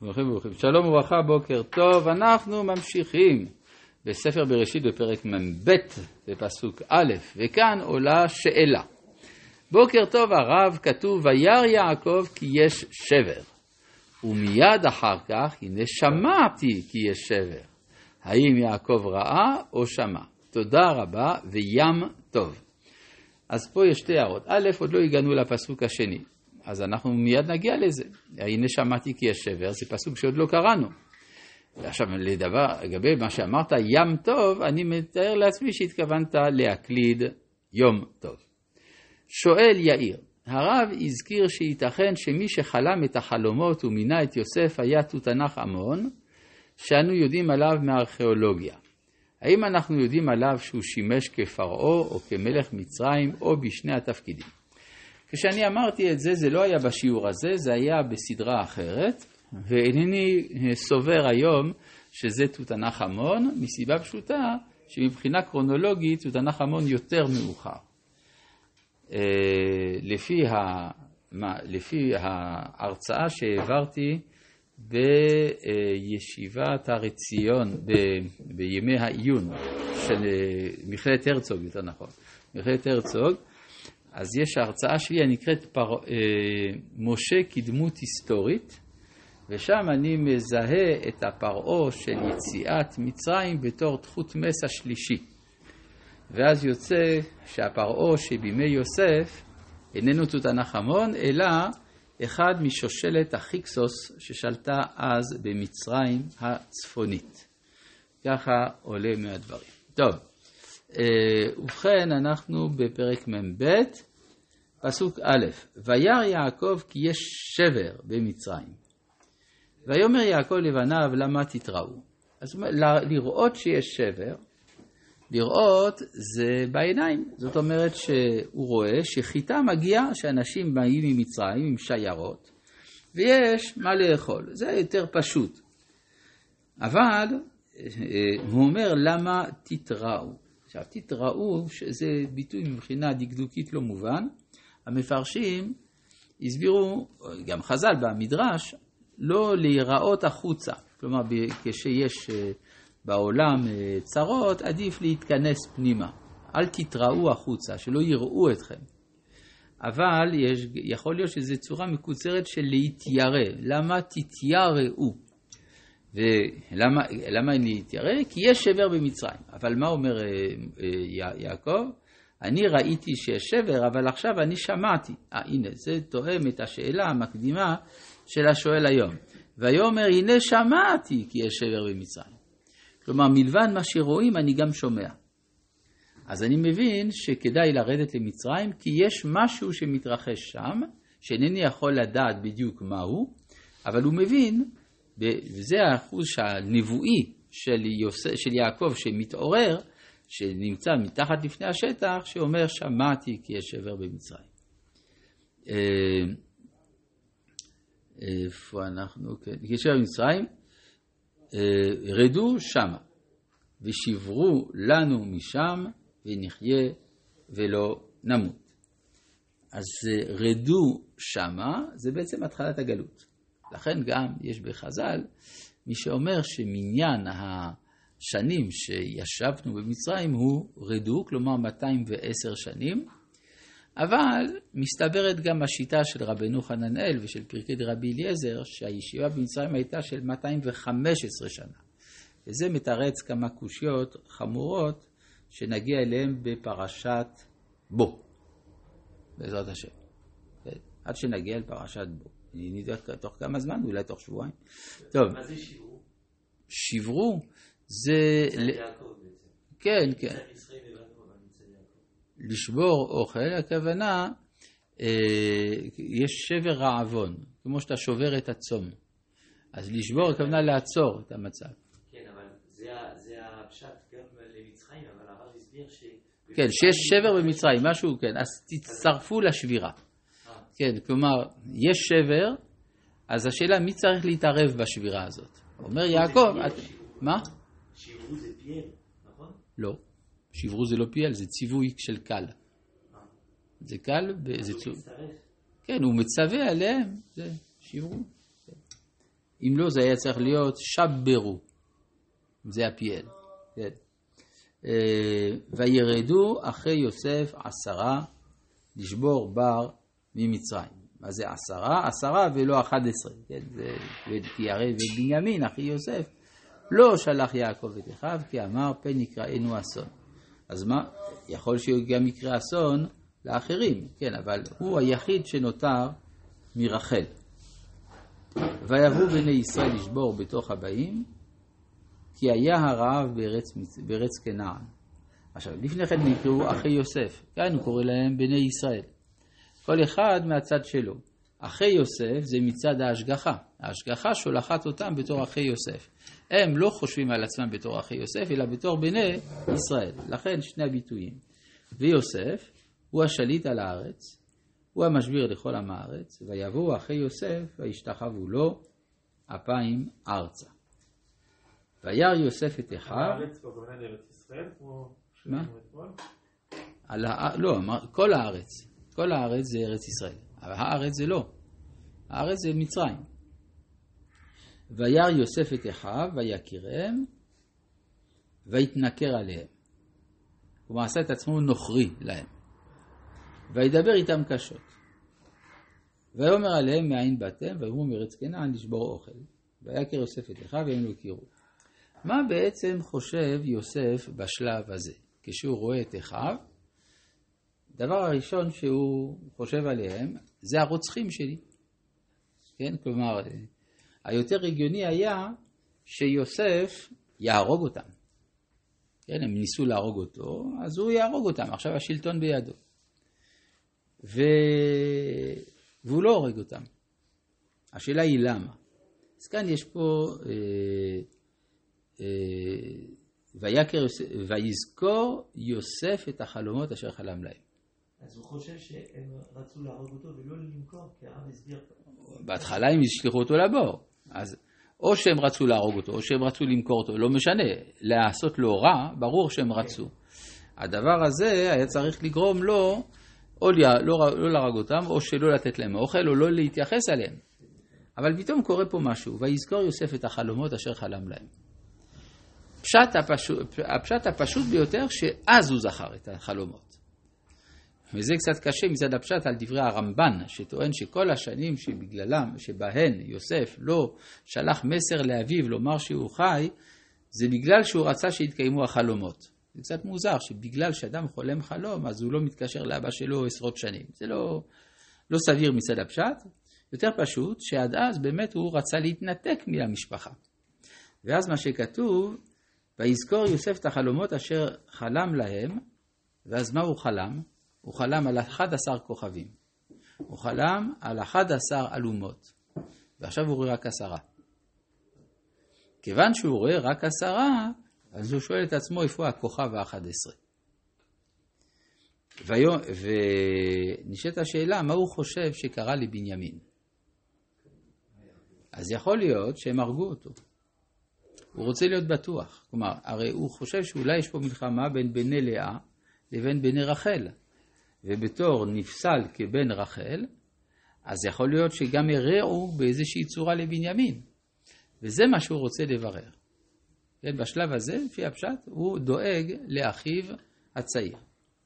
ברוכים ברוכים. שלום וברכה, בוקר טוב. אנחנו ממשיכים בספר בראשית בפרק מ"ב, בפסוק א', וכאן עולה שאלה. בוקר טוב הרב, כתוב וירא יעקב כי יש שבר, ומיד אחר כך הנה שמעתי כי יש שבר. האם יעקב ראה או שמע? תודה רבה וים טוב. אז פה יש שתי הערות. א', עוד לא הגענו לפסוק השני, אז אנחנו מיד נגיע לזה. הנה שמעתי כי יש שבר, זה פסוק שעוד לא קראנו. ועכשיו לגבי מה שאמרת ים טוב, אני מתאר לעצמי שהתכוונת להקליד יום טוב. שואל יאיר, הרב הזכיר שייתכן שמי שחלם את החלומות ומינה את יוסף היה תותנח אמון, שאנו יודעים עליו מארכיאולוגיה. האם אנחנו יודעים עליו שהוא שימש כפרעה או כמלך מצרים או בשני התפקידים? כשאני אמרתי את זה, זה לא היה בשיעור הזה, זה היה בסדרה אחרת, ואינני סובר היום שזה תותנח אמון, מסיבה פשוטה שמבחינה קרונולוגית תותנח אמון יותר מאוחר. לפי ההרצאה שהעברתי בישיבת הר ציון בימי העיון של מכללת הרצוג, יותר נכון, מכללת הרצוג, אז יש ההרצאה שלי הנקראת משה כדמות היסטורית, ושם אני מזהה את הפרעה של יציאת מצרים בתור תחות מס השלישי. ואז יוצא שהפרעה שבימי יוסף איננו תותנח אמון, אלא אחד משושלת החיקסוס ששלטה אז במצרים הצפונית. ככה עולה מהדברים. טוב, ובכן אנחנו בפרק מ"ב, פסוק א', וירא יעקב כי יש שבר במצרים. ויאמר יעקב לבניו למה תתראו? אז לראות שיש שבר, לראות זה בעיניים. זאת אומרת שהוא רואה שחיטה מגיעה, שאנשים באים ממצרים עם שיירות, ויש מה לאכול. זה יותר פשוט. אבל הוא אומר למה תתראו? עכשיו תתראו, שזה ביטוי מבחינה דקדוקית לא מובן. המפרשים הסבירו, גם חז"ל במדרש, לא להיראות החוצה. כלומר, כשיש בעולם צרות, עדיף להתכנס פנימה. אל תתראו החוצה, שלא יראו אתכם. אבל יכול להיות שזו צורה מקוצרת של להתיירא. למה תתייראו? ולמה אין להתיירא? כי יש שבר במצרים. אבל מה אומר יעקב? אני ראיתי שיש שבר, אבל עכשיו אני שמעתי. הנה, זה תואם את השאלה המקדימה של השואל היום. ויאמר, הנה שמעתי כי יש שבר במצרים. כלומר, מלבד מה שרואים, אני גם שומע. אז אני מבין שכדאי לרדת למצרים, כי יש משהו שמתרחש שם, שאינני יכול לדעת בדיוק מהו, אבל הוא מבין, וזה האחוז הנבואי של יעקב שמתעורר, שנמצא מתחת לפני השטח, שאומר, שמעתי כי יש שבר במצרים. איפה אנחנו? כן. כי יש שבר במצרים, רדו שמה, ושברו לנו משם, ונחיה ולא נמות. אז רדו שמה, זה בעצם התחלת הגלות. לכן גם יש בחז"ל, מי שאומר שמניין השנים שישבנו במצרים הוא רדו, כלומר 210 שנים, אבל מסתברת גם השיטה של רבנו חננאל ושל פרקי דרבי אליעזר, שהישיבה במצרים הייתה של 215 שנה. וזה מתרץ כמה קושיות חמורות שנגיע אליהם בפרשת בו, בעזרת השם. עד שנגיע לפרשת בו. אני נדע תוך כמה זמן, אולי תוך שבועיים. טוב. מה זה שברו? שברו זה... כן, כן. לשבור אוכל, הכוונה, יש שבר רעבון, כמו שאתה שובר את הצום. אז לשבור, הכוונה לעצור את המצב. כן, אבל זה הפשט גם למצרים, אבל הרב הסביר ש... כן, שיש שבר במצרים, משהו, כן, אז תצטרפו לשבירה. כן, כלומר, יש שבר, אז השאלה מי צריך להתערב בשבירה הזאת? אומר יעקב, מה? שברו זה פיאל, נכון? לא. שברו זה לא פיאל, זה ציווי של קל. זה קל, זה ציווי. כן, הוא מצווה עליהם, זה שברו. אם לא, זה היה צריך להיות שברו. זה הפיאל. כן. וירדו אחרי יוסף 10 לשבור בר ממצרים. מה זה 10 ולא 11. כן, זה כי הרי בנימין אחי יוסף לא שלח יעקב את אחיו, כי אמר פן יקראנו אסון. אז מה? יכול שגם יקרה אסון לאחרים, כן, אבל הוא היחיד שנותר מרחל. ויבואו בני ישראל לשבור בתוך הבאים, כי היה הרעב בארץ כנען. עכשיו, לפני כן נקראו אחי יוסף, כאן הוא קורא להם בני ישראל. כל אחד מהצד שלו. אחי יוסף זה מצד ההשגחה. ההשגחה שולחת אותם בתור אחי יוסף. הם לא חושבים על עצמם בתור אחי יוסף, אלא בתור בני ישראל. לכן שני הביטויים. ויוסף הוא השליט על הארץ, הוא המשביר לכל עם הארץ, ויבואו אחי יוסף וישתחוו לו אפיים ארצה. וירא יוסף את אחיו. הארץ בכוונה לארץ ישראל? מה? לא, כל הארץ. כל הארץ זה ארץ ישראל. אבל הארץ זה לא. הארץ זה מצרים. וירא יוסף את אחיו ויקירם ויתנכר עליהם. כלומר עשה את עצמו נוכרי להם. וידבר איתם קשות. ויאמר עליהם מאין באתם, ויאמרו מארץ כנען לשבור אוכל. ויקר יוסף את אחיו והם לא הכירו. מה בעצם חושב יוסף בשלב הזה? כשהוא רואה את אחיו, דבר הראשון שהוא חושב עליהם זה הרוצחים שלי. כן? כלומר, היותר הגיוני היה שיוסף יהרוג אותם. כן? הם ניסו להרוג אותו, אז הוא יהרוג אותם. עכשיו השלטון בידו. והוא לא הורג אותם. השאלה היא למה. אז כאן יש פה ויזכור יוסף את החלומות אשר חלם להם. אז הוא חושב שהם רצו להרוג אותו ולא למכור, כי העם הסביר. בהתחלה הם השליחו אותו לבור. אז או שהם רצו להרוג אותו, או שהם רצו למכור אותו, לא משנה. לעשות לו רע, ברור שהם רצו. הדבר הזה היה צריך לגרום לו, או לא להרוג אותם, או שלא לתת להם אוכל, או לא להתייחס אליהם. אבל פתאום קורה פה משהו, ויזכור יוסף את החלומות אשר חלם להם. הפשט הפשוט ביותר, שאז הוא זכר את החלומות. וזה קצת קשה מצד הפשט על דברי הרמב"ן, שטוען שכל השנים שבהן יוסף לא שלח מסר לאביו לומר שהוא חי, זה בגלל שהוא רצה שיתקיימו החלומות. זה קצת מוזר, שבגלל שאדם חולם חלום, אז הוא לא מתקשר לאבא שלו עשרות שנים. זה לא סביר מצד הפשט. יותר פשוט, שעד אז באמת הוא רצה להתנתק מהמשפחה. ואז מה שכתוב, ויזכור יוסף את החלומות אשר חלם להם, ואז מה הוא חלם? הוא חלם על 11 כוכבים. הוא חלם על 11 אלומות. ועכשיו הוא רואה רק 10. כיוון שהוא רואה רק 10, אז הוא שואל את עצמו איפה הכוכב ה-11. ונשאלת השאלה, מה הוא חושב שקרה לבנימין? אז יכול להיות שהם הרגו אותו. הוא רוצה להיות בטוח. כלומר, הרי הוא חושב שאולי יש פה מלחמה בין בני לאה לבין בני רחל. ובתור נפסל כבן רחל, אז יכול להיות שגם הרעו באיזושהי צורה לבנימין. וזה מה שהוא רוצה לברר. כן, בשלב הזה, לפי הפשט, הוא דואג לאחיו הצעיר.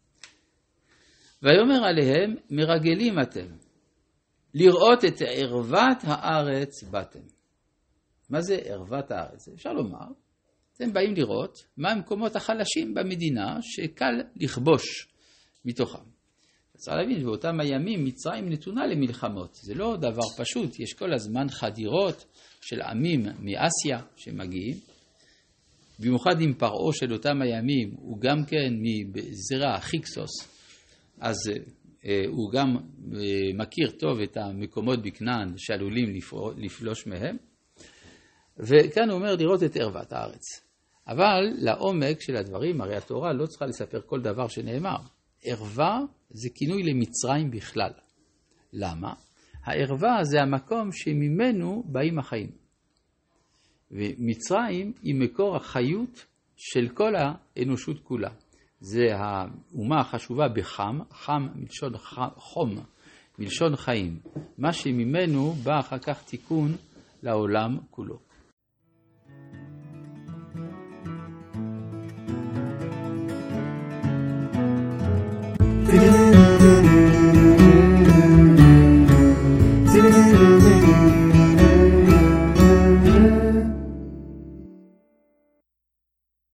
ויאמר עליהם, מרגלים אתם, לראות את ערוות הארץ באתם. מה זה ערוות הארץ? אפשר לומר, אתם באים לראות מה המקומות החלשים במדינה שקל לכבוש מתוכם. צריך להבין, באותם הימים מצרים נתונה למלחמות. זה לא דבר פשוט, יש כל הזמן חדירות של עמים מאסיה שמגיעים. במיוחד עם פרעה של אותם הימים, הוא גם כן מזרע חיקסוס, אז הוא גם מכיר טוב את המקומות בכנען שעלולים לפלוש מהם. וכאן הוא אומר לראות את ערוות הארץ. אבל לעומק של הדברים, הרי התורה לא צריכה לספר כל דבר שנאמר. ערווה זה כינוי למצרים בכלל. למה? הערווה זה המקום שממנו באים החיים. ומצרים היא מקור החיות של כל האנושות כולה. זה האומה החשובה בחם, חם מלשון חום, מלשון חיים. מה שממנו בא אחר כך תיקון לעולם כולו.